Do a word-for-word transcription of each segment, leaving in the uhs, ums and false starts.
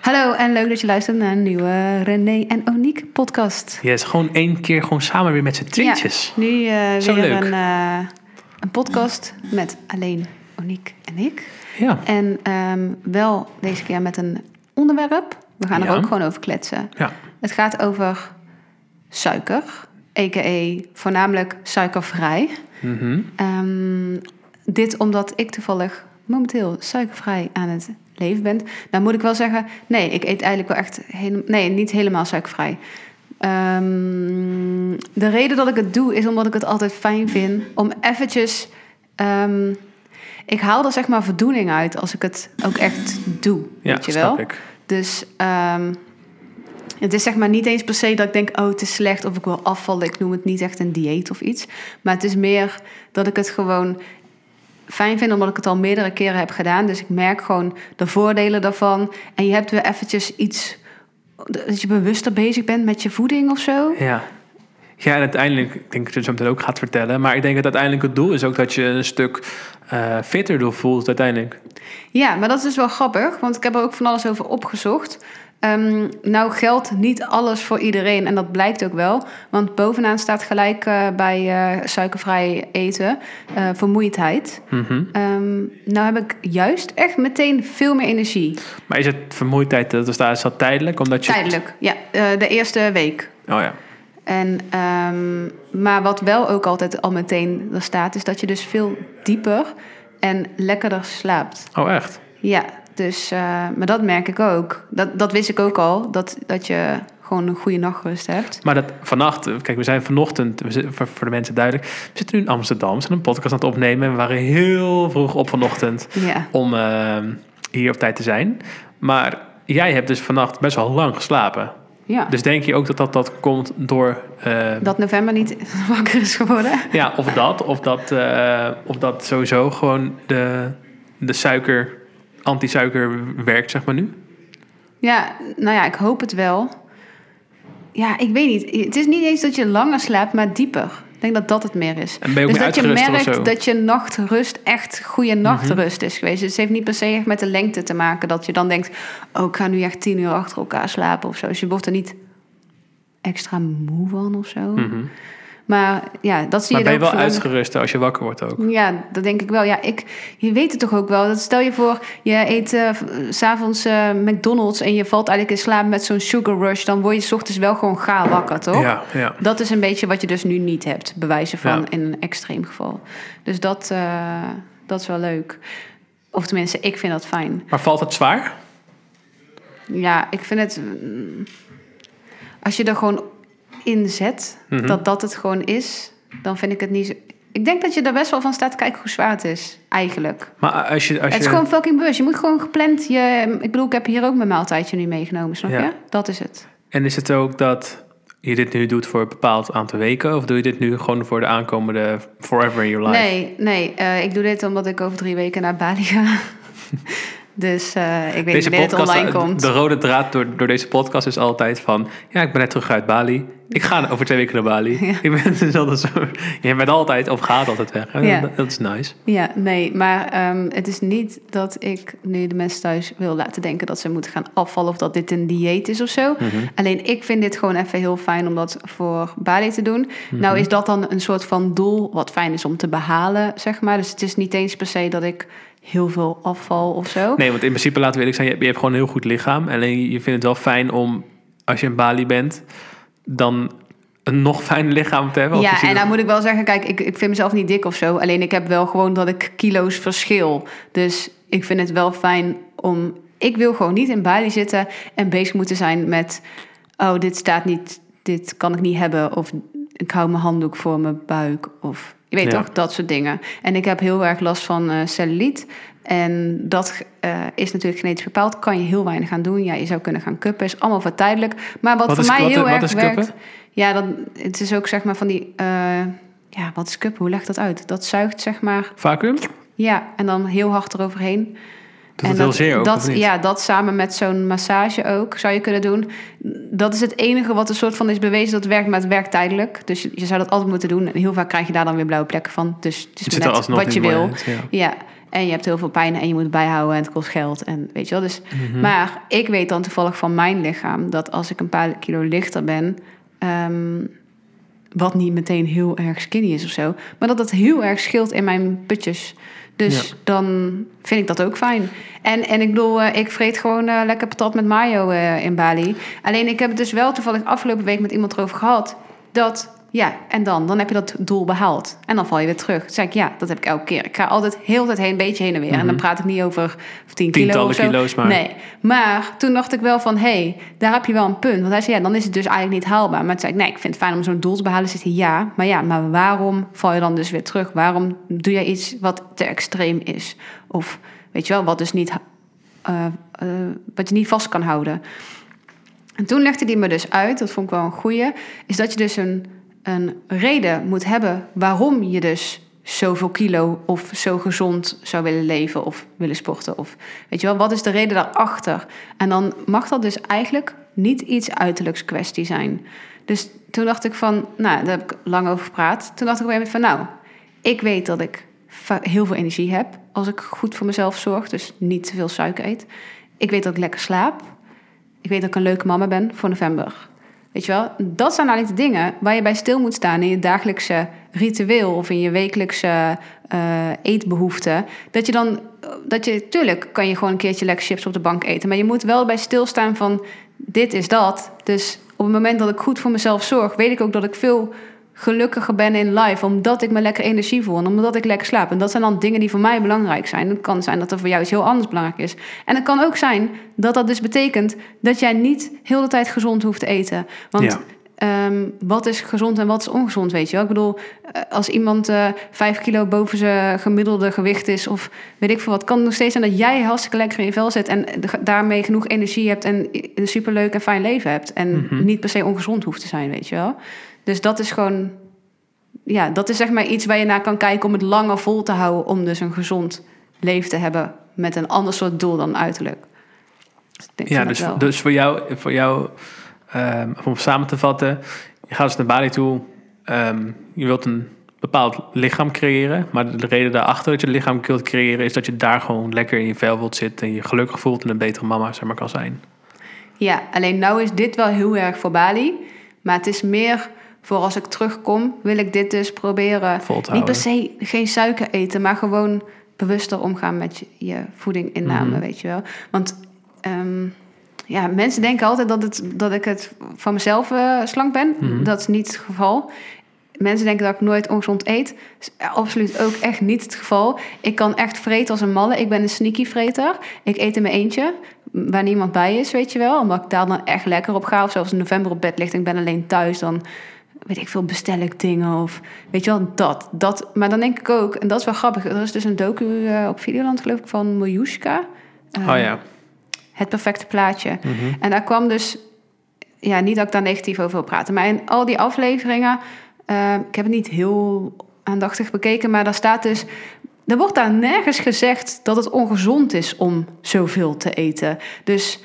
Hallo en leuk dat je luistert naar een nieuwe René en Oniek podcast. Ja, is gewoon één keer gewoon samen weer met z'n tweetjes. Ja, nu uh, Zo weer leuk. Een, uh, een podcast met alleen Oniek en ik. Ja. En um, wel deze keer met een onderwerp. We gaan er Ja. ook gewoon over kletsen. Ja. Het gaat over suiker, a k a voornamelijk suikervrij. Mm-hmm. Um, dit omdat ik toevallig momenteel suikervrij aan het leven ben. Nou moet ik wel zeggen, nee, ik eet eigenlijk wel echt hele, nee, niet helemaal suikervrij. Um, de reden dat ik het doe is omdat ik het altijd fijn vind om eventjes... Um, ik haal er zeg maar voldoening uit als ik het ook echt doe, Ja, weet je wel. snap ik. Dus um, het is zeg maar niet eens per se dat ik denk, oh, het is slecht of ik wil afvallen. Ik noem het niet echt een dieet of iets. Maar het is meer dat ik het gewoon fijn vind, omdat ik het al meerdere keren heb gedaan. Dus ik merk gewoon de voordelen daarvan. En je hebt weer eventjes iets, dat je bewuster bezig bent met je voeding of zo. Ja. Ja, en uiteindelijk, ik denk dat je het zo meteen ook gaat vertellen, maar ik denk dat uiteindelijk het doel is ook dat je een stuk uh, fitter door voelt uiteindelijk. Ja, maar dat is dus wel grappig, want ik heb er ook van alles over opgezocht. Um, nou geldt niet alles voor iedereen en dat blijkt ook wel. Want bovenaan staat gelijk uh, bij uh, suikervrij eten uh, vermoeidheid. Mm-hmm. Um, nou heb ik juist echt meteen veel meer energie. Maar is het vermoeidheid, dat is, dat is dat tijdelijk? Omdat je Tijdelijk, het... ja. Uh, de eerste week. Oh ja. En, um, maar wat wel ook altijd al meteen er staat, is dat je dus veel dieper en lekkerder slaapt. Oh echt? Ja, dus, uh, maar dat merk ik ook. Dat, dat wist ik ook al, dat, dat je gewoon een goede nachtrust hebt. Maar dat vannacht, kijk, we zijn vanochtend, we zitten, voor, voor de mensen duidelijk, we zitten nu in Amsterdam, we zijn een podcast aan het opnemen en we waren heel vroeg op vanochtend Ja. om uh, hier op tijd te zijn. Maar jij hebt dus vannacht best wel lang geslapen. Ja. Dus denk je ook dat dat, dat komt door... Uh, dat november niet wakker is geworden? Ja, of dat, of dat, uh, of dat sowieso gewoon de, de suiker, anti-suiker werkt, zeg maar nu? Ja, nou ja, ik hoop het wel. Ja, ik weet niet. Het is niet eens dat je langer slaapt, maar dieper. Ik denk dat dat het meer is. En ben je ook dus meer dat je uitgerust merkt of zo? dat je nachtrust echt goede nachtrust is geweest. Dus het heeft niet per se echt met de lengte te maken. Dat je dan denkt, oh, ik ga nu echt tien uur achter elkaar slapen of zo. Dus je wordt er niet extra moe van of zo. Mm-hmm. Maar ja, dat zie maar je ben je ook wel van uitgerust als je wakker wordt ook? Ja, dat denk ik wel. Ja, ik, je weet het toch ook wel. Dat stel je voor, je eet uh, 's avonds uh, McDonald's en je valt eigenlijk in slaap met zo'n sugar rush. Dan word je 's ochtends wel gewoon gaar wakker, toch? Ja, ja. Dat is een beetje wat je dus nu niet hebt. Bewijzen van Ja. in een extreem geval. Dus dat, uh, dat is wel leuk. Of tenminste, ik vind dat fijn. Maar valt het zwaar? Ja, ik vind het... Mm, als je er gewoon in zet, Mm-hmm. dat dat het gewoon is, dan vind ik het niet zo... Ik denk dat je er best wel van staat te kijken hoe zwaar het is, eigenlijk. Maar als je... Als Het is je... gewoon fucking bewust. Je moet gewoon gepland... Je, ik bedoel, ik heb hier ook mijn maaltijdje nu meegenomen, snap Ja. je? Dat is het. En is het ook dat je dit nu doet voor een bepaald aantal weken? Of doe je dit nu gewoon voor de aankomende forever in your life? Nee, nee. Uh, ik doe dit omdat ik over drie weken naar Bali ga. Dus uh, ik weet Deze niet wanneer het online podcast, komt. De rode draad door, door deze podcast is altijd van... Ja, ik ben net terug uit Bali. Ik ga over twee weken naar Bali. Ja. Ik ben dus altijd zo... Je bent altijd of gaat altijd weg. Hè? Ja. Dat, dat is nice. Ja, nee, maar um, het is niet dat ik nu de mensen thuis wil laten denken dat ze moeten gaan afvallen of dat dit een dieet is of zo. Mm-hmm. Alleen ik vind dit gewoon even heel fijn om dat voor Bali te doen. Mm-hmm. Nou is dat dan een soort van doel wat fijn is om te behalen, zeg maar. Dus het is niet eens per se dat ik heel veel afval of zo. Nee, want in principe, laten we eerlijk zijn... Je hebt, je hebt gewoon een heel goed lichaam. Alleen je vindt het wel fijn om, als je in Bali bent... dan een nog fijner lichaam te hebben. Ja, en dan nou moet ik wel zeggen, kijk, ik, ik vind mezelf niet dik of zo. Alleen ik heb wel gewoon dat ik kilo's verschil. Dus ik vind het wel fijn om... Ik wil gewoon niet in Bali zitten en bezig moeten zijn met... oh, dit staat niet, dit kan ik niet hebben. Of ik hou mijn handdoek voor mijn buik. Of je weet Ja. toch, dat soort dingen. En ik heb heel erg last van uh, cellulite. En dat uh, is natuurlijk genetisch bepaald. Kan je heel weinig aan doen. Ja, je zou kunnen gaan cuppen. Is allemaal voor tijdelijk. Maar wat, Wat voor is- mij wat- heel wat erg is werkt... cuppen? Ja, dan, het is ook zeg maar van die... Uh, ja, wat is cuppen? Hoe legt dat uit? Dat zuigt zeg maar... Vacuüm? Ja, en dan heel hard eroverheen. Doet en het heel zeer ook, dat, of niet? Ja, dat samen met zo'n massage ook zou je kunnen doen. Dat is het enige wat een soort van is bewezen dat het werkt, maar het werkt tijdelijk. Dus je, je zou dat altijd moeten doen. En heel vaak krijg je daar dan weer blauwe plekken van. Dus het is Het zit maar er net alsnog wat je niet mooi wil. uit, ja. Ja, En je hebt heel veel pijn en je moet het bijhouden en het kost geld. En weet je wel. Dus, Mm-hmm. Maar ik weet dan toevallig van mijn lichaam dat als ik een paar kilo lichter ben, um, wat niet meteen heel erg skinny is of zo, maar dat het heel erg scheelt in mijn putjes. Dus ja. dan vind ik dat ook fijn. En, en ik bedoel, uh, ik vreet gewoon uh, lekker patat met mayo uh, in Bali. Alleen ik heb het dus wel toevallig afgelopen week met iemand erover gehad. Dat, ja, en dan? Dan heb je dat doel behaald. En dan val je weer terug. Toen zei ik, ja, dat heb ik elke keer. Ik ga altijd heel de tijd heen, een beetje heen en weer. Mm-hmm. En dan praat ik niet over tien kilo of zo. Kilo's maar. Nee, maar toen dacht ik wel van, hé, hey, daar heb je wel een punt. Want hij zei, ja, dan is het dus eigenlijk niet haalbaar. Maar toen zei ik, nee, ik vind het fijn om zo'n doel te behalen. Zegt hij, ja, maar ja, maar waarom val je dan dus weer terug? Waarom doe jij iets wat te extreem is? Of, weet je wel, wat dus niet, uh, uh, wat je niet vast kan houden. En toen legde hij me dus uit, dat vond ik wel een goeie, is dat je dus een, een reden moet hebben waarom je dus zoveel kilo of zo gezond zou willen leven of willen sporten. Of weet je wel, wat is de reden daarachter? En dan mag dat dus eigenlijk niet iets uiterlijks kwestie zijn. Dus toen dacht ik van, nou, daar heb ik lang over gepraat. Toen dacht ik op een gegeven moment van, nou, ik weet dat ik heel veel energie heb als ik goed voor mezelf zorg, dus niet te veel suiker eet. Ik weet dat ik lekker slaap. Ik weet dat ik een leuke mama ben voor november. Weet je wel, dat zijn eigenlijk de dingen waar je bij stil moet staan in je dagelijkse ritueel of in je wekelijkse uh, eetbehoeften. Dat je dan, dat je, tuurlijk kan je gewoon een keertje lekker chips op de bank eten, maar je moet wel bij stilstaan van, dit is dat. Dus op het moment dat ik goed voor mezelf zorg, weet ik ook dat ik veel gelukkiger ben in life, omdat ik me lekker energie voel en omdat ik lekker slaap. En dat zijn dan dingen die voor mij belangrijk zijn. Het kan zijn dat er voor jou iets heel anders belangrijk is. En het kan ook zijn dat dat dus betekent dat jij niet heel de tijd gezond hoeft te eten. Want ja. um, wat is gezond en wat is ongezond, weet je wel? Ik bedoel, als iemand uh, vijf kilo boven zijn gemiddelde gewicht is of weet ik veel wat, kan het nog steeds zijn dat jij hartstikke lekker in je vel zit en daarmee genoeg energie hebt en een superleuk en fijn leven hebt. En mm-hmm. niet per se ongezond hoeft te zijn, weet je wel? Dus dat is gewoon, ja, dat is zeg maar iets waar je naar kan kijken om het langer vol te houden, om dus een gezond leven te hebben met een ander soort doel dan uiterlijk. Dus ja, dus, dus voor jou, voor jou um, om samen te vatten, je gaat dus naar Bali toe, um, je wilt een bepaald lichaam creëren, maar de reden daarachter dat je het lichaam wilt creëren is dat je daar gewoon lekker in je vel wilt zitten en je gelukkig voelt en een betere mama, zeg maar, kan zijn. Ja, alleen nou is dit wel heel erg voor Bali, maar het is meer voor als ik terugkom, wil ik dit dus proberen. Niet per se geen suiker eten, maar gewoon bewuster omgaan met je, je voedinginname, mm-hmm. weet je wel. Want um, ja, mensen denken altijd dat, het, dat ik het van mezelf uh, slank ben. Mm-hmm. Dat is niet het geval. Mensen denken dat ik nooit ongezond eet. Dat is absoluut ook echt niet het geval. Ik kan echt vreten als een malle. Ik ben een sneaky vreter. Ik eet in mijn eentje, waar niemand bij is, weet je wel. Omdat ik daar dan echt lekker op ga. Of zelfs in november op bed ligt en ik ben alleen thuis, dan weet ik veel, bestel ik dingen of weet je wel, dat, dat. Maar dan denk ik ook, en dat is wel grappig, er is dus een docu uh, op Videoland, geloof ik, van Miljuska. Uh, oh ja. Het perfecte plaatje. Mm-hmm. En daar kwam dus, ja, niet dat ik daar negatief over wil praten, maar in al die afleveringen, uh, ik heb het niet heel aandachtig bekeken, maar daar staat dus, er wordt daar nergens gezegd dat het ongezond is om zoveel te eten. Dus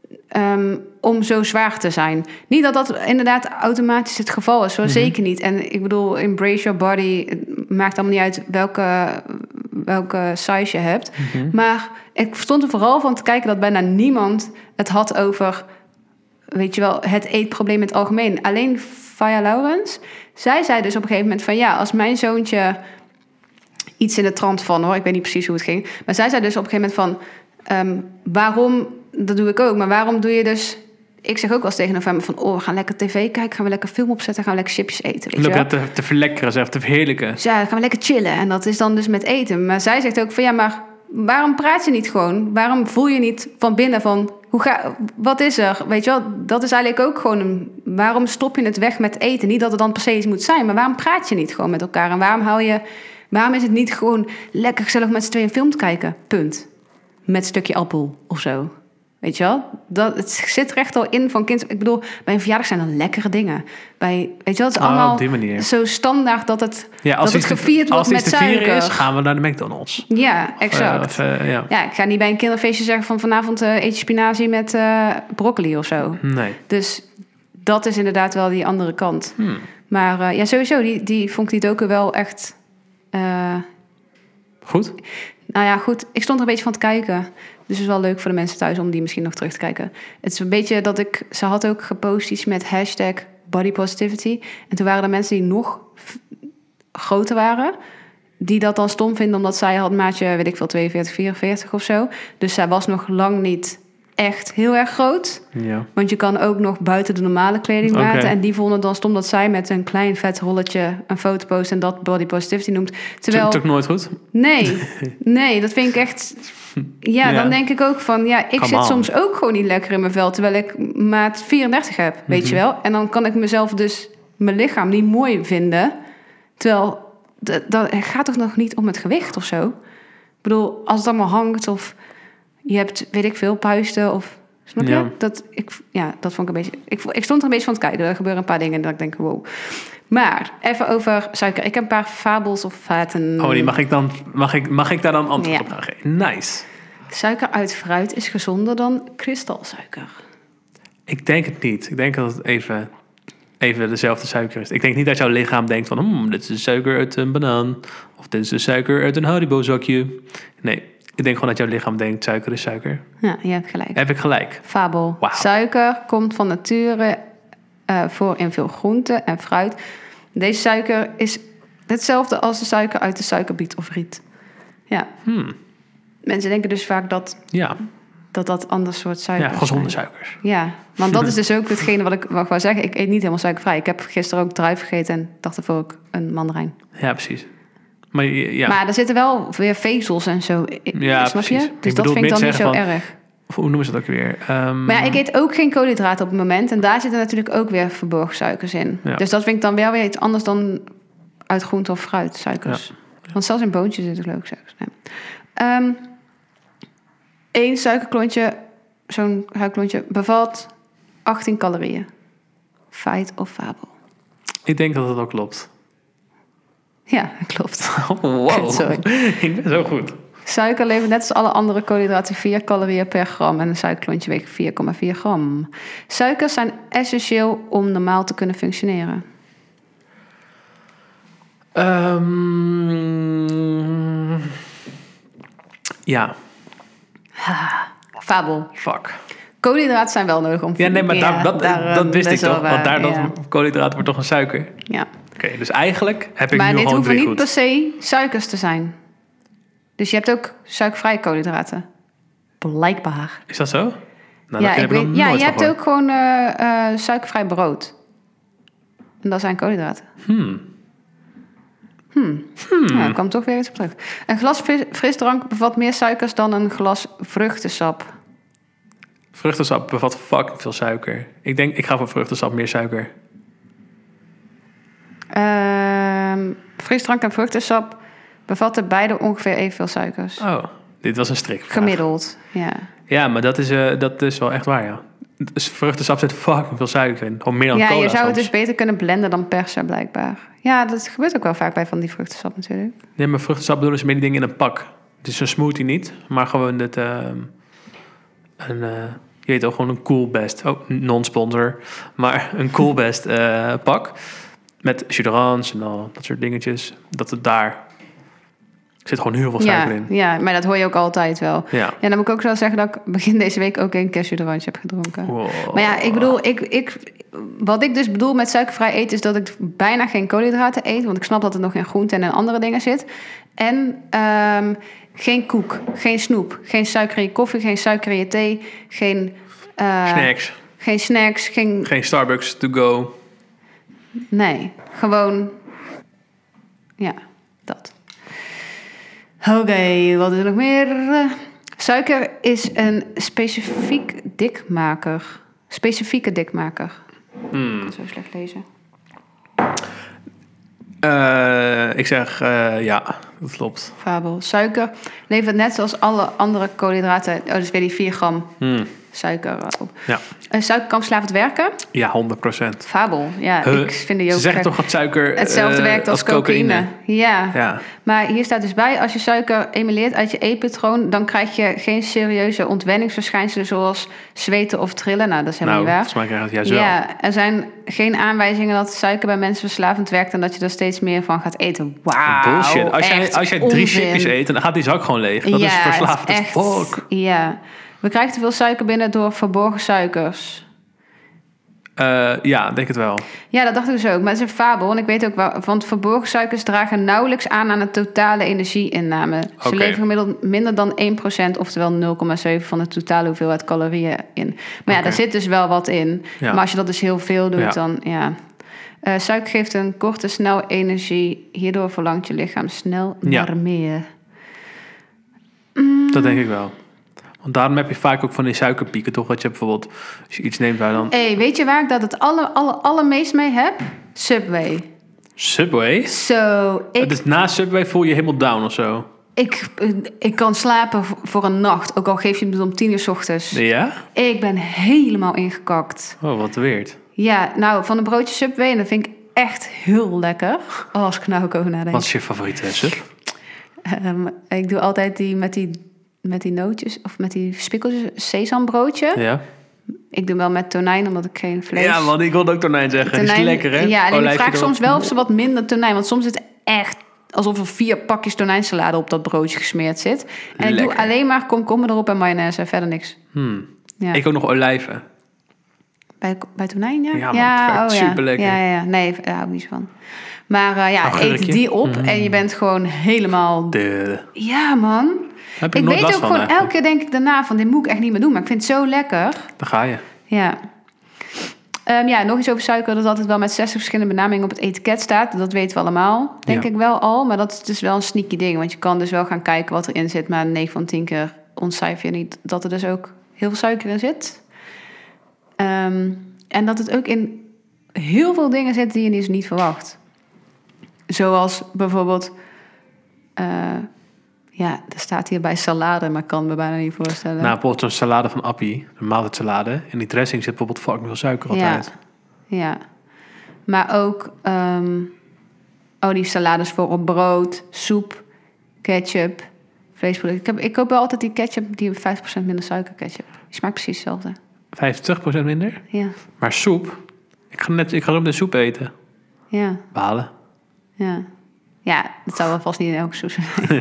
Um, om zo zwaar te zijn. Niet dat dat inderdaad automatisch het geval is, zo mm-hmm. zeker niet. En ik bedoel, embrace your body, het maakt allemaal niet uit welke, welke size je hebt. Mm-hmm. Maar ik stond er vooral van te kijken dat bijna niemand het had over, weet je wel, het eetprobleem in het algemeen. Alleen Faya Laurens, zij zei dus op een gegeven moment van, ja, als mijn zoontje iets in de trant van, hoor, ik weet niet precies hoe het ging, maar zij zei dus op een gegeven moment van, um, waarom, dat doe ik ook, maar waarom doe je dus, ik zeg ook wel eens tegen november van, oh, we gaan lekker tv kijken, gaan we lekker film opzetten, gaan we lekker chipjes eten, weet je wel. Te, te verlekkeren, zeg, te verheerlijken. Dus ja, dan gaan we lekker chillen en dat is dan dus met eten. Maar zij zegt ook van, ja, maar waarom praat je niet gewoon? Waarom voel je niet van binnen van, hoe ga, wat is er? Weet je wel, dat is eigenlijk ook gewoon een, waarom stop je het weg met eten? Niet dat het dan per se iets moet zijn, maar waarom praat je niet gewoon met elkaar? En waarom hou je, waarom is het niet gewoon lekker gezellig met z'n tweeën een film te kijken? Punt. Met een stukje appel of zo. Weet je wel? Dat, het zit recht al in van kind. Ik bedoel, bij een verjaardag zijn er lekkere dingen. Bij, weet je wel, het is oh, allemaal op die manier. Zo standaard dat het, ja, als dat het gevierd wordt met suiker. Als het te vieren is, gaan we naar de McDonald's. Ja, exact. Of, uh, of, uh, ja. ja, ik ga niet bij een kinderfeestje zeggen van vanavond uh, eet je spinazie met uh, broccoli of zo. Nee. Dus dat is inderdaad wel die andere kant. Hmm. Maar uh, ja, sowieso, die, die vond ik die docu wel echt... Uh, Goed? Nou ja, goed. Ik stond er een beetje van te kijken. Dus het is wel leuk voor de mensen thuis om die misschien nog terug te kijken. Het is een beetje dat ik... Ze had ook gepost iets met hashtag body positivity. En toen waren er mensen die nog f- groter waren... die dat dan stom vinden omdat zij had maatje, weet ik veel, tweeënveertig, vierenveertig of zo. Dus zij was nog lang niet echt heel erg groot. Ja. Want je kan ook nog buiten de normale kledingmaten. Okay. En die vonden het dan stom dat zij met een klein vet rolletje een foto post en dat body positivity noemt. Terwijl... Het is ook nooit goed. Nee, nee, dat vind ik echt... Ja, Ja. dan denk ik ook van... Ja, ik Come zit on. soms ook gewoon niet lekker in mijn vel... terwijl ik maat vierendertig heb, weet Mhm. je wel. En dan kan ik mezelf dus, mijn lichaam niet mooi vinden. Terwijl, d- dat het gaat toch nog niet om het gewicht of zo? Ik bedoel, als het allemaal hangt of... Je hebt, weet ik veel, puisten of... Snap je? Ja. Dat, ik, ja, dat vond ik een beetje... Ik, ik stond er een beetje van te kijken. Er gebeuren een paar dingen en dat ik denk, wow. Maar, even over suiker. Ik heb een paar fabels of feiten. Oh, die mag ik, dan, mag ik, mag ik daar dan antwoord Ja. op gaan geven? Nice. Suiker uit fruit is gezonder dan kristalsuiker. Ik denk het niet. Ik denk dat het even, even dezelfde suiker is. Ik denk niet dat jouw lichaam denkt van... Hmm, dit is de suiker uit een banaan. Of dit is de suiker uit een Haribo-zakje. Nee, ik denk gewoon dat jouw lichaam denkt... suiker is suiker. Ja, je hebt gelijk. Heb ik gelijk. Fabel. Wauw. Suiker komt van nature uh, voor in veel groenten en fruit. Deze suiker is hetzelfde als de suiker uit de suikerbiet of riet. Ja. Hmm. Mensen denken dus vaak dat Ja, dat, dat ander soort suiker ja gezonde suikers. Ja, want dat is dus ook hetgene wat ik, wat ik wou zeggen. Ik eet niet helemaal suikervrij. Ik heb gisteren ook druif gegeten en dacht ervoor ook een mandarijn. Ja, precies. Maar ja, Maar er zitten wel weer vezels en zo in, Ja, snap precies. je? Dus Ik dat bedoel vind ik dan meer niet zo zeggen erg. of hoe noemen ze dat ook weer? Um, Maar ja, ik eet ook geen koolhydraten op het moment. En daar zitten natuurlijk ook weer verborgen suikers in. Ja. Dus dat vind ik dan wel weer iets anders dan uit groente of fruit suikers. Ja. Want zelfs in boontjes zitten geloof ik suikers. Nee. Um, Eén suikerklontje, zo'n suikerklontje, bevat achttien calorieën. Feit of fabel? Ik denk dat het ook klopt. Ja, dat klopt. Oh, wow. Sorry. Ik ben zo goed. Suiker levert net als alle andere koolhydraten vier calorieën per gram. En een suikerklontje weegt vier komma vier gram. Suikers zijn essentieel om normaal te kunnen functioneren. Um, ja. Fabel. Fuck. Koolhydraten zijn wel nodig om... Ja, nee, maar daar, dat, daar, dat wist um, ik is wel toch. waar, Want daar, dat ja. koolhydraten wordt toch een suiker. Ja. Oké, okay, dus eigenlijk heb ik Maar nu dit gewoon hoeven drie niet goed. per se suikers te zijn. Dus je hebt ook suikervrije koolhydraten. Blijkbaar. Is dat zo? Nou, ja, daar heb ik weet, nog ja, nooit je van hebt gehoord. ook gewoon uh, uh, suikervrij brood. En dat zijn koolhydraten. Hmm. Hmm. Hmm. Ja, daar kwam toch weer iets op terug. Een glas fris- frisdrank bevat meer suikers dan een glas vruchtensap. Vruchtensap bevat fucking veel suiker. Ik denk, ik ga voor vruchtensap meer suiker. Ehm frisdrank en vruchtensap bevatten beide ongeveer evenveel suikers. Oh, dit was een strikvraag. Gemiddeld, ja. Ja, maar dat is, uh, dat is wel echt waar, ja. Dus vruchtensap zit fucking veel suiker in. Gewoon meer dan Ja, cola je zou het soms. dus beter kunnen blenden dan persen, blijkbaar. Ja, dat gebeurt ook wel vaak bij van die vruchtensap natuurlijk. Nee, maar vruchtensap bedoelen ze meer die dingen in een pak. Het is een smoothie niet, maar gewoon dit... Uh, een, uh, je weet ook gewoon een Cool Best. Oh, non-sponsor. Maar een Cool Best uh, pak. Met jus d'orange en al dat soort dingetjes. Dat het daar... Er zit gewoon heel veel suiker Ja, in. ja, maar dat hoor je ook altijd wel. Ja. Ja, dan moet ik ook wel zeggen dat ik begin deze week ook een keer jus d'orange heb gedronken. Wow. Maar ja, ik bedoel, ik, ik, wat ik dus bedoel met suikervrij eten... is dat ik bijna geen koolhydraten eet. Want ik snap dat het nog in groenten en in andere dingen zit. En um, geen koek, geen snoep, geen suiker in je koffie... geen suiker in je thee, geen... Uh, snacks. Geen snacks, geen... Geen Starbucks to go. Nee, gewoon... Ja, dat. Oké, okay, wat is er nog meer? Suiker is een specifiek dikmaker. Specifieke dikmaker. Hmm. Ik kan zo slecht lezen. Uh, ik zeg uh, ja, dat klopt. Fabel. Suiker levert net zoals alle andere koolhydraten... Oh, dus weer die vier gram Hmm. suiker op. Ja. Uh, suikerkampverslavend werken? Ja, honderd procent. Fabel. Ja, Huh, ik vind die ook Ze zeggen gek. toch dat suiker Hetzelfde uh, werkt als, als cocaïne. cocaïne. Ja. ja. Maar hier staat dus bij, als je suiker emuleert uit je eetpatroon, dan krijg je geen serieuze ontwenningsverschijnselen zoals zweten of trillen. Nou, dat is helemaal nou, niet waar. volgens mij krijg je het juist wel. Ja, er zijn geen aanwijzingen dat suiker bij mensen verslavend werkt en dat je er steeds meer van gaat eten. Wauw. Bullshit. Als jij, als jij drie chipjes eet, dan gaat die zak gewoon leeg. Dat ja, is verslavend. Het is echt, fuck. Ja. We krijgen te veel suiker binnen door verborgen suikers. Uh, ja, denk het wel. Ja, dat dacht ik dus ook. Maar het is een fabel. En ik weet ook wel, want verborgen suikers dragen nauwelijks aan aan de totale energieinname. Ze Okay. leveren gemiddeld minder dan één procent, oftewel nul komma zeven van de totale hoeveelheid calorieën in. Maar ja, Okay. daar zit dus wel wat in. Ja. Maar als je dat dus heel veel doet, Ja. dan ja. Uh, suiker geeft een korte, snel energie. Hierdoor verlangt je lichaam snel Ja. naar meer. Dat denk ik wel. Want daarom heb je vaak ook van die suikerpieken, toch? Dat je bijvoorbeeld, als je iets neemt waar dan... Hé, hey, weet je waar ik dat het alle, alle, allermeest mee heb? Subway. Subway? Zo, ik... Dus na Subway voel je je helemaal down of zo? Ik, ik kan slapen voor een nacht, ook al geef je het om tien uur 's ochtends. Ja? Ik ben helemaal ingekakt. Oh, wat weird. Ja, nou, van een broodje Subway, en dat vind ik echt heel lekker. Oh, als ik nou ook over nadenk. Wat is je favoriete sub? Um, ik doe altijd die met die, met die nootjes, of met die spikkeltjes, sesambroodje. Ja. Ik doe wel met tonijn, omdat ik geen vlees... Ja, want ik wilde ook tonijn zeggen. Tonijn, is lekker, hè? Ja, alleen ik vraag erop. soms wel of ze wat minder tonijn, want soms zit echt alsof er vier pakjes tonijnsalade op dat broodje gesmeerd zit. En ik Lekker. doe alleen maar komkommer erop en mayonaise en verder niks. Hmm. Ja. Ik ook nog olijven. Bij, bij tonijn, ja? Ja, man, het werkt superlekker. Ja, ja, ja. Nee, daar hou ik niet van. Maar uh, ja, Augurkje. eet die op Mm. en je bent gewoon helemaal... De... Ja, man. Heb ik Ik nooit weet last ook van, gewoon, eigenlijk. elke keer denk ik daarna van, dit moet ik echt niet meer doen. Maar ik vind het zo lekker. Daar ga je. Ja. Um, ja, nog iets over suiker, dat altijd wel met zestig verschillende benamingen op het etiket staat. Dat weten we allemaal, denk Ja. ik wel al. Maar dat is dus wel een sneaky ding. Want je kan dus wel gaan kijken wat erin zit. Maar negen van tien keer ontcijfer je niet dat er dus ook heel veel suiker in zit. Um, en dat het ook in heel veel dingen zit die je dus niet verwacht. Zoals bijvoorbeeld... Uh, ja, er staat hier bij salade, maar ik kan me bijna niet voorstellen. Nou, bijvoorbeeld zo'n salade van Appie, een maaltijdsalade. In die dressing zit bijvoorbeeld fucking veel suiker altijd. Ja, ja. Maar ook um, oh, die salades voor op brood, soep, ketchup, vleesproducten. Ik, heb, ik koop wel altijd die ketchup, die vijf procent minder suiker ketchup. Die smaakt precies hetzelfde. vijfentwintig procent minder? Ja. Maar soep? Ik ga, net, ik ga zo de soep eten. Ja. Balen. Ja. Ja, dat zou wel vast niet in elke soep zijn.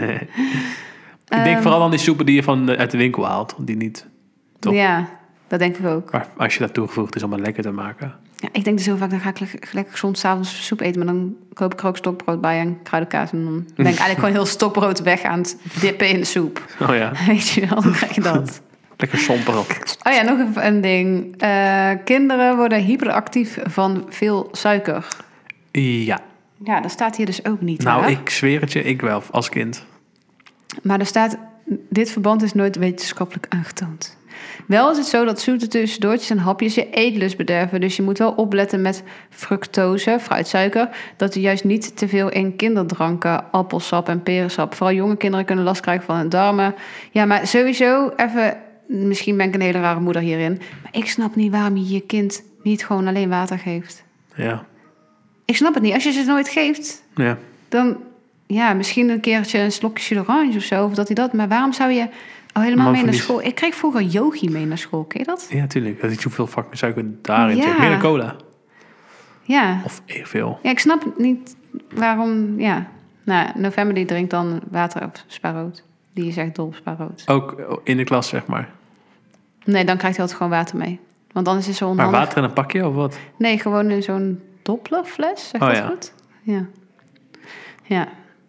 Ik denk um, vooral aan die soepen die je van de, uit de winkel haalt. Die niet, toch? Ja, dat denk ik ook. Maar als je dat toegevoegd is om het lekker te maken. Ja, ik denk dus heel vaak, dan ga ik lekker, lekker gezond 's avonds soep eten. Maar dan koop ik er ook stokbrood bij en kruidenkaas. En dan ben ik eigenlijk gewoon heel stokbrood weg aan het dippen in de soep. Oh ja. Weet je wel, dan krijg je dat. Lekker somperig. Oh ja, nog even een ding. Uh, kinderen worden hyperactief van veel suiker. Ja. Ja, dat staat hier dus ook niet. Nou, hè? ik zweer het je, ik wel, als kind. Maar er staat, dit verband is nooit wetenschappelijk aangetoond. Wel is het zo dat zoete tussendoortjes en hapjes je eetlust bederven. Dus je moet wel opletten met fructose, fruitsuiker, dat je juist niet te veel in kinderdranken, appelsap en perensap. Vooral jonge kinderen kunnen last krijgen van hun darmen. Ja, maar sowieso even, misschien ben ik een hele rare moeder hierin, maar ik snap niet waarom je je kind niet gewoon alleen water geeft. Ja. Ik snap het niet. Als je ze nooit geeft, ja. dan ja, misschien een keertje een slokje orange of zo, of dat hij dat. Maar waarom zou je al helemaal mee naar die... school? Ik kreeg vroeger yogi mee naar school, ken je dat? Ja, tuurlijk. Dat is zoveel fucking suiker daarin Ja. zit. Meer dan cola. Ja. Of evenveel. Ja, ik snap niet waarom, ja. Nou, November die drinkt dan water op spaarrood. Die is echt dol op spaarrood. Ook in de klas, zeg maar. Nee, dan krijgt hij altijd gewoon water mee. Want anders is het zo onhandig. Maar water in een pakje of wat? Nee, gewoon in zo'n dopplerfles, zeg oh, dat ja. goed? Ja. Ja.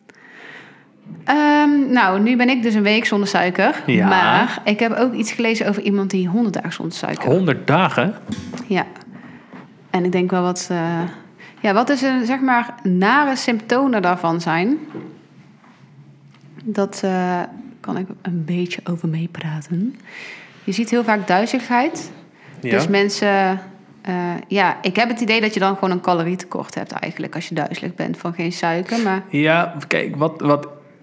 Um, nou, nu ben ik dus een week zonder suiker. Ja. Maar ik heb ook iets gelezen over iemand die honderd dagen zonder suiker. honderd dagen? Ja. En ik denk wel wat... Uh, ja, wat is een, zeg maar, nare symptomen daarvan zijn. Dat uh, kan ik een beetje over meepraten. Je ziet heel vaak duizeligheid. Ja. Dus mensen... Uh, ja, ik heb het idee dat je dan gewoon een calorietekort hebt eigenlijk... als je duizelig bent van geen suiker, maar... Ja, kijk, wat... wat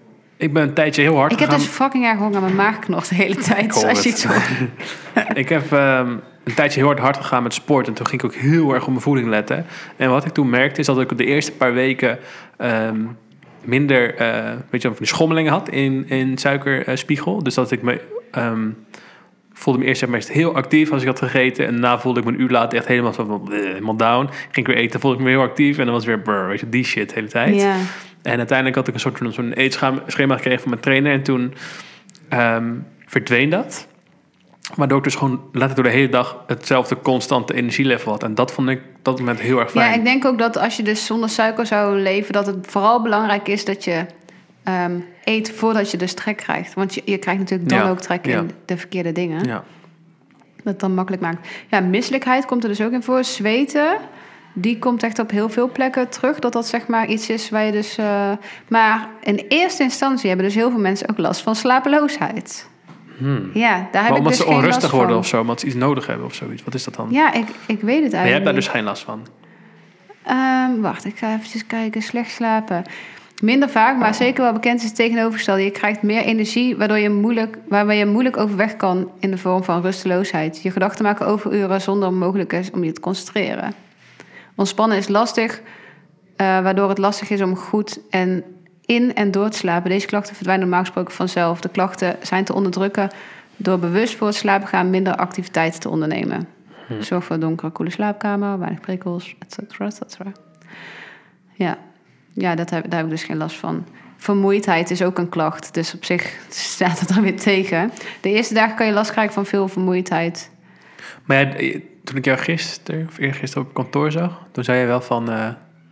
ik ben een tijdje heel hard Ik heb gegaan. dus fucking erg honger aan mijn maag nog de hele tijd. Ik hoor Zoals je het. iets hoort. Ik heb um, een tijdje heel hard hard gegaan met sport. En toen ging ik ook heel erg op mijn voeding letten. En wat ik toen merkte is dat ik de eerste paar weken um, minder uh, weet je, van die schommelingen had in, in suikerspiegel. Dus dat ik me... Um, voelde me eerst zeg maar, heel actief als ik had gegeten. En daarna voelde ik me een uur later echt helemaal, zo van, helemaal down. Ging ik weer eten, voelde ik me heel actief. En dan was het weer, brr, weet je, die shit de hele tijd. Ja. En uiteindelijk had ik een soort van zo'n eetschema gekregen van mijn trainer. En toen um, verdween dat. Waardoor ik dus gewoon letterlijk door de hele dag hetzelfde constante energielevel had. En dat vond ik op dat moment heel erg fijn. Ja, ik denk ook dat als je dus zonder suiker zou leven, dat het vooral belangrijk is dat je um, eet voordat je dus trek krijgt. Want je, je krijgt natuurlijk dan ja. ook trek ja. in de verkeerde dingen. Ja. Dat het dan makkelijk maakt. Ja, misselijkheid komt er dus ook in voor. Zweten, die komt echt op heel veel plekken terug. Dat dat zeg maar iets is waar je dus... Uh, maar in eerste instantie hebben dus heel veel mensen ook last van slapeloosheid. Hmm. Ja, daar heb maar ik omdat dus ze geen onrustig last worden van. of zo, omdat ze iets nodig hebben of zoiets. Wat is dat dan? Ja, ik, ik weet het eigenlijk Maar jij hebt daar niet. dus geen last van? Um, wacht, ik ga even kijken. Slecht slapen. Minder vaak, maar zeker wel bekend is het tegenovergestelde. Je krijgt meer energie, waardoor je moeilijk, waarbij je moeilijk overweg kan in de vorm van rusteloosheid. Je gedachten maken overuren zonder mogelijk is om je te concentreren. Ontspannen is lastig, uh, waardoor het lastig is om goed en in en door te slapen. Deze klachten verdwijnen normaal gesproken vanzelf. De klachten zijn te onderdrukken door bewust voor het slapen gaan minder activiteiten te ondernemen. Hm. Zorg voor een donkere, koele slaapkamer, weinig prikkels, et cetera, et cetera. Ja. Ja, dat heb, daar heb ik dus geen last van. Vermoeidheid is ook een klacht. Dus op zich staat het er weer tegen. De eerste dagen kan je last krijgen van veel vermoeidheid. Maar ja, toen ik jou gisteren of eergisteren op kantoor zag, toen zei je wel van... Uh...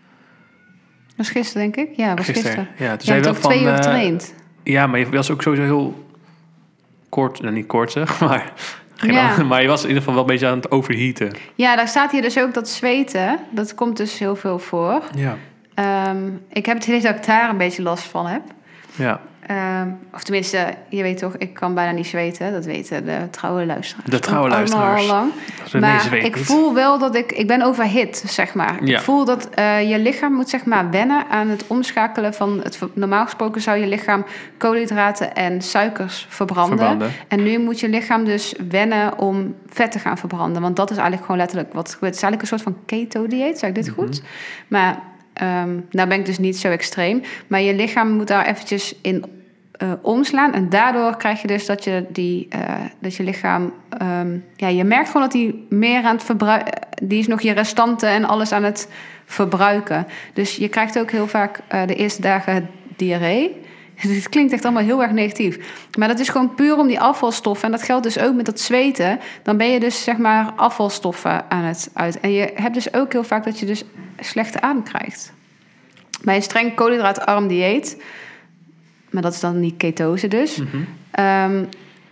was gisteren, denk ik? Ja, was gisteren. gisteren. Ja, toen je zei je wel hebt van... twee uur uh, getraind. Ja, maar je was ook sowieso heel kort... Nou, niet kort zeg, maar... Geen ja. andere, maar je was in ieder geval wel een beetje aan het overheaten. Ja, daar staat hier dus ook dat zweten. Dat komt dus heel veel voor. Ja. Um, ik heb het idee dat ik daar een beetje last van heb. Ja. Um, of tenminste, je weet toch, ik kan bijna niet zweten. Dat weten de trouwe luisteraars. De trouwe luisteraars. Al lang. Maar ik voel wel dat ik... Ik ben overhit, zeg maar. Ja. Ik voel dat uh, je lichaam moet zeg maar wennen aan het omschakelen van... Het, normaal gesproken zou je lichaam koolhydraten en suikers verbranden. verbranden. En nu moet je lichaam dus wennen om vet te gaan verbranden. Want dat is eigenlijk gewoon letterlijk wat gebeurt. Het is eigenlijk een soort van keto-dieet, zeg ik dit mm-hmm. goed? Maar... Um, nou ben ik dus niet zo extreem. Maar je lichaam moet daar eventjes in uh, omslaan. En daardoor krijg je dus dat je, die, uh, dat je lichaam... Um, ja, je merkt gewoon dat die meer aan het verbruiken... Die is nog je restanten en alles aan het verbruiken. Dus je krijgt ook heel vaak uh, de eerste dagen diarree. Het klinkt echt allemaal heel erg negatief. Maar dat is gewoon puur om die afvalstoffen. En dat geldt dus ook met dat zweten. Dan ben je dus zeg maar afvalstoffen aan het uit. En je hebt dus ook heel vaak dat je dus slechte adem krijgt. Bij een streng koolhydraatarm dieet... maar dat is dan niet ketose dus... Mm-hmm. Um,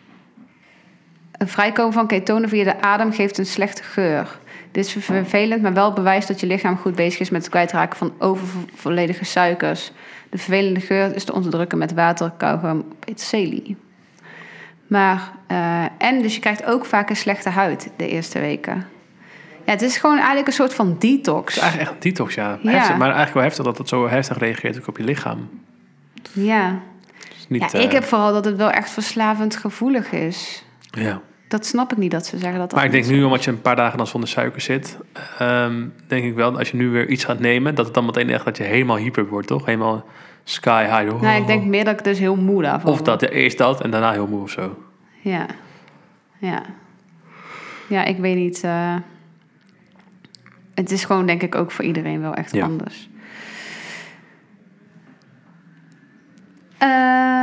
een vrijkomen van ketonen via de adem geeft een slechte geur. Dit is vervelend, maar wel bewijst dat je lichaam goed bezig is... met het kwijtraken van overvolledige suikers... De vervelende geur is te onderdrukken met water, kauwgom, peterselie. Maar, uh, en dus je krijgt ook vaak een slechte huid de eerste weken. Ja, het is gewoon eigenlijk een soort van detox. Het is eigenlijk echt een detox, ja. ja. Heftig, maar eigenlijk wel heftig dat het zo heftig reageert ook op je lichaam. Ja. Niet, ja, uh... ik heb vooral dat het wel echt verslavend gevoelig is. Ja. Dat snap ik niet dat ze zeggen dat dat. Maar ik denk zo. nu, omdat je een paar dagen dan zonder suiker zit... Um, denk ik wel, als je nu weer iets gaat nemen... dat het dan meteen echt dat je helemaal hyper wordt, toch? Helemaal sky high. Oh. Nou, ik denk meer dat ik dus heel moe daarvan Of dat, ja, eerst dat en daarna heel moe of zo. Ja. Ja. Ja, ik weet niet. Uh... Het is gewoon, denk ik, ook voor iedereen wel echt ja. anders. Uh...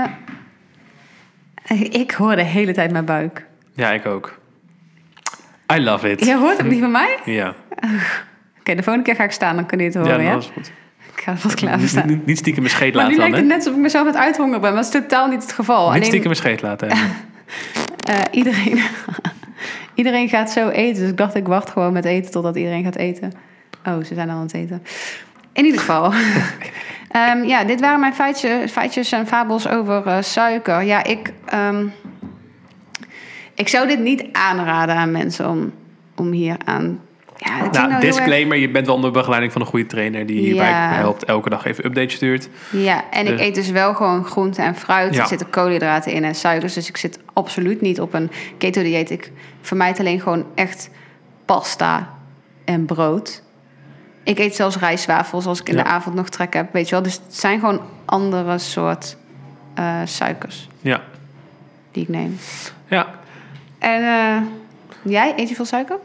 Ik hoor de hele tijd mijn buik. Ja, ik ook. I love it. Je hoort het niet van mij? Ja. Uh, Oké, okay, de volgende keer ga ik staan, dan kun je het horen, ja? Ja, dat is goed. Ik ga vast klaar voor staan. Niet, niet stiekem mijn scheet maar laten dan, nu lijkt het net alsof ik mezelf aan het uithongeren ben, maar dat is totaal niet het geval. Niet Alleen, stiekem mijn scheet laten. uh, iedereen, iedereen gaat zo eten, dus ik dacht ik wacht gewoon met eten totdat iedereen gaat eten. Oh, ze zijn al aan het eten. In ieder geval... Um, ja, dit waren mijn feitje, feitjes en fabels over uh, suiker. Ja, ik, um, ik zou dit niet aanraden aan mensen om, om hier aan Ja, dat Nou, nou disclaimer, erg... je bent wel onder begeleiding van een goede trainer... die hierbij ja. helpt, elke dag even updates stuurt. Ja, en dus... ik eet dus wel gewoon groente en fruit. Ja. Er zitten koolhydraten in en suikers. Dus ik zit absoluut niet op een keto-dieet. Ik vermijd alleen gewoon echt pasta en brood. Ik eet zelfs rijstwafels als ik in ja. de avond nog trek heb. Weet je wel, dus het zijn gewoon andere soort uh, suikers. Ja. Die ik neem. Ja. En uh, jij, eet je veel suiker?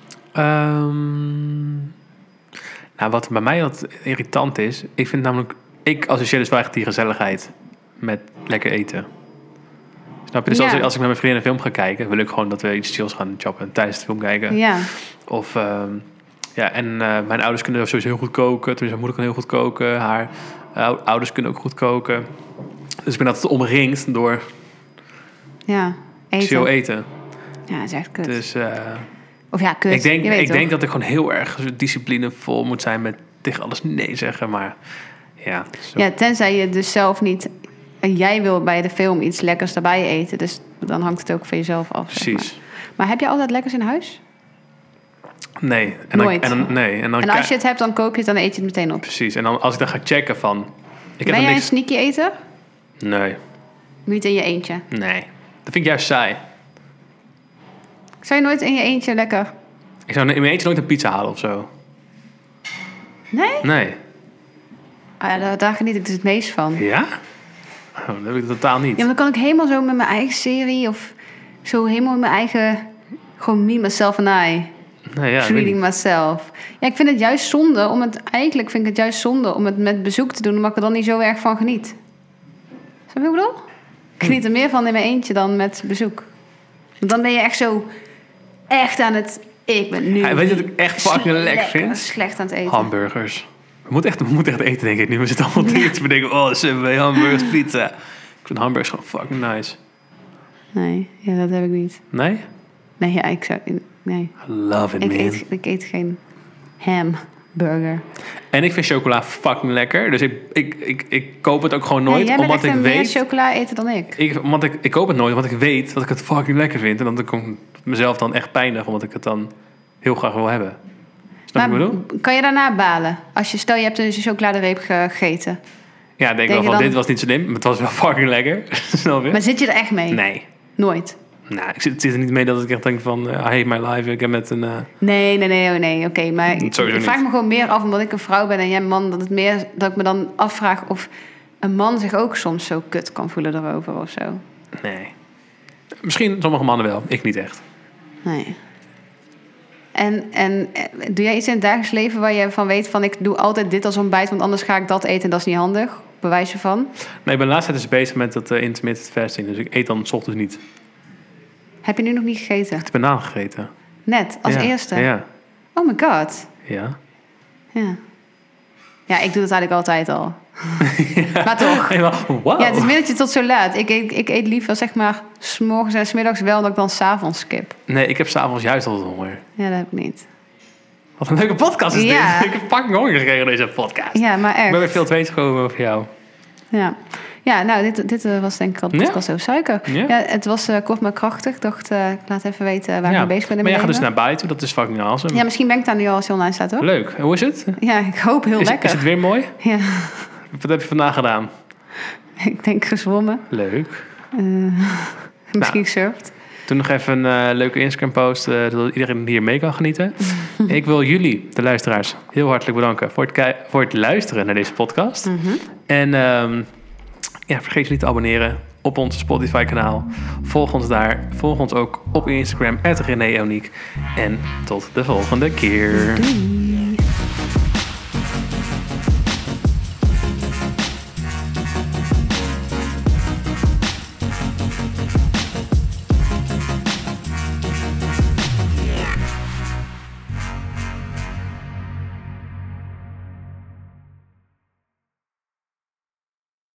Um, nou, wat bij mij wat irritant is... ik vind namelijk... ik associeer dus wel echt die gezelligheid met lekker eten. Snap je? Dus ja. als, ik, als ik met mijn vrienden een film ga kijken... wil ik gewoon dat we iets chills gaan choppen tijdens de film kijken. Ja. Of... Um, ja, en uh, mijn ouders kunnen sowieso heel goed koken. Tenminste, mijn moeder kan heel goed koken. Haar uh, ouders kunnen ook goed koken. Dus ik ben altijd omringd door... ja, eten. chill eten. Ja, dat is echt kut. Dus... Uh, Of ja, kut. Ik denk, ik toch? denk dat ik gewoon heel erg disciplinevol moet zijn met tegen alles nee zeggen, maar ja. Zo. Ja, tenzij je dus zelf niet... En jij wil bij de film iets lekkers daarbij eten, dus dan hangt het ook van jezelf af. Precies. Zeg maar. maar heb je altijd lekkers in huis? Nee. En Nooit? Dan, en dan, nee. En, dan en als je het hebt, dan koop je het, dan eet je het meteen op? Precies. En dan als ik dan ga checken van... Ik ben heb jij niks... een sneaky eter? Nee. Niet in je eentje? Nee. Dat vind ik juist saai. Zou je nooit in je eentje lekker... Ik zou in mijn eentje nooit een pizza halen of zo. Nee? Nee. Ah ja, daar, daar geniet ik dus het meest van. Ja? Oh, dat heb ik totaal niet. Ja, maar dan kan ik helemaal zo met mijn eigen serie... of zo helemaal in mijn eigen... gewoon me, myself en I. Nee, ja, Treating myself. Ja, ik vind het juist zonde om het... Eigenlijk vind ik het juist zonde om het met bezoek te doen... omdat ik er dan niet zo erg van geniet. Snap je wat ik bedoel? Ik geniet er meer van in mijn eentje dan met bezoek. Want dan ben je echt zo... echt aan het... Ik ben nu... Ja, weet je wat ik echt fucking lekker vind? Slecht aan het eten. Hamburgers. We moeten echt, we moeten echt eten, denk ik nu. We zitten allemaal dingen te bedenken. Oh, Subway, hamburgers, pizza. Ik vind hamburgers gewoon fucking nice. Nee, ja, dat heb ik niet. Nee? Nee, ja, ik zou... Nee. I love it, ik man. Eet, ik eet geen hamburger. En ik vind chocola fucking lekker. Dus ik, ik, ik, ik koop het ook gewoon nooit. Hey, jij bent omdat echt ik een weet, meer chocola eten dan ik. ik, omdat ik. Ik koop het nooit, want ik weet dat ik het fucking lekker vind. En dan komt mezelf dan echt pijnig, omdat ik het dan heel graag wil hebben. Snap maar je wat ik bedoel? Kan je daarna balen? Als je, stel, je hebt een chocoladereep gegeten. Ja, denk, denk wel van, dan... dit was niet zo slim, maar het was wel fucking lekker. Snap je? Maar zit je er echt mee? Nee. Nooit? Nou, ik zit, het zit er niet mee dat ik echt denk van... Uh, I hate my life, ik heb met een... Uh... Nee, nee, nee, nee, oké. Okay, maar ik, ik vraag me gewoon meer af, omdat ik een vrouw ben en jij een man... Dat, het meer, dat ik me dan afvraag of een man zich ook soms zo kut kan voelen erover of zo. Nee. Misschien sommige mannen wel, ik niet echt. Nee. En, en doe jij iets in het dagelijks leven waar je van weet van... ik doe altijd dit als ontbijt, want anders ga ik dat eten en dat is niet handig? Bewijs je van? Nee, ik ben de laatste tijd dus bezig met dat uh, intermittent fasting. Dus ik eet dan 's ochtends niet. Heb je nu nog niet gegeten? Ik heb banaan gegeten. Net, als ja, eerste? Ja. Oh my god. Ja. Ja. Ja, ik doe dat eigenlijk altijd al. ja. Maar toch. Wow. Ja, het is middeltje tot zo laat. Ik eet, ik eet liever zeg maar 's morgens en 's middags wel, dat ik dan 's avonds skip. Nee, ik heb 's avonds juist altijd honger. Ja, dat heb ik niet. Wat een leuke podcast is ja. dit. Ik heb fucking honger gekregen deze podcast. Ja, maar echt. Ik ben weer veel te weten gekomen over jou. Ja. Ja, nou, dit, dit was denk ik al de podcast over suiker. Ja. Ja, het was uh, kort maar krachtig. Ik dacht, uh, ik laat even weten waar ja. ik mee bezig ben. Maar jij gaat dus naar Bali toe, dat is fucking awesome. Ja, misschien ben ik daar nu al als je online staat, hoor. Leuk. Hoe is het? Ja, ik hoop heel is, lekker. Is het weer mooi? Ja. Wat heb je vandaag gedaan? Ik denk gezwommen. Leuk. Uh, misschien nou, gesurfd. Toen nog even een uh, leuke Instagram post, uh, dat iedereen hier mee kan genieten. Ik wil jullie, de luisteraars, heel hartelijk bedanken voor het, ki- voor het luisteren naar deze podcast. Mm-hmm. En um, ja, vergeet je niet te abonneren op ons Spotify kanaal. Volg ons daar. Volg ons ook op Instagram, at René Oniek. En tot de volgende keer. Doei.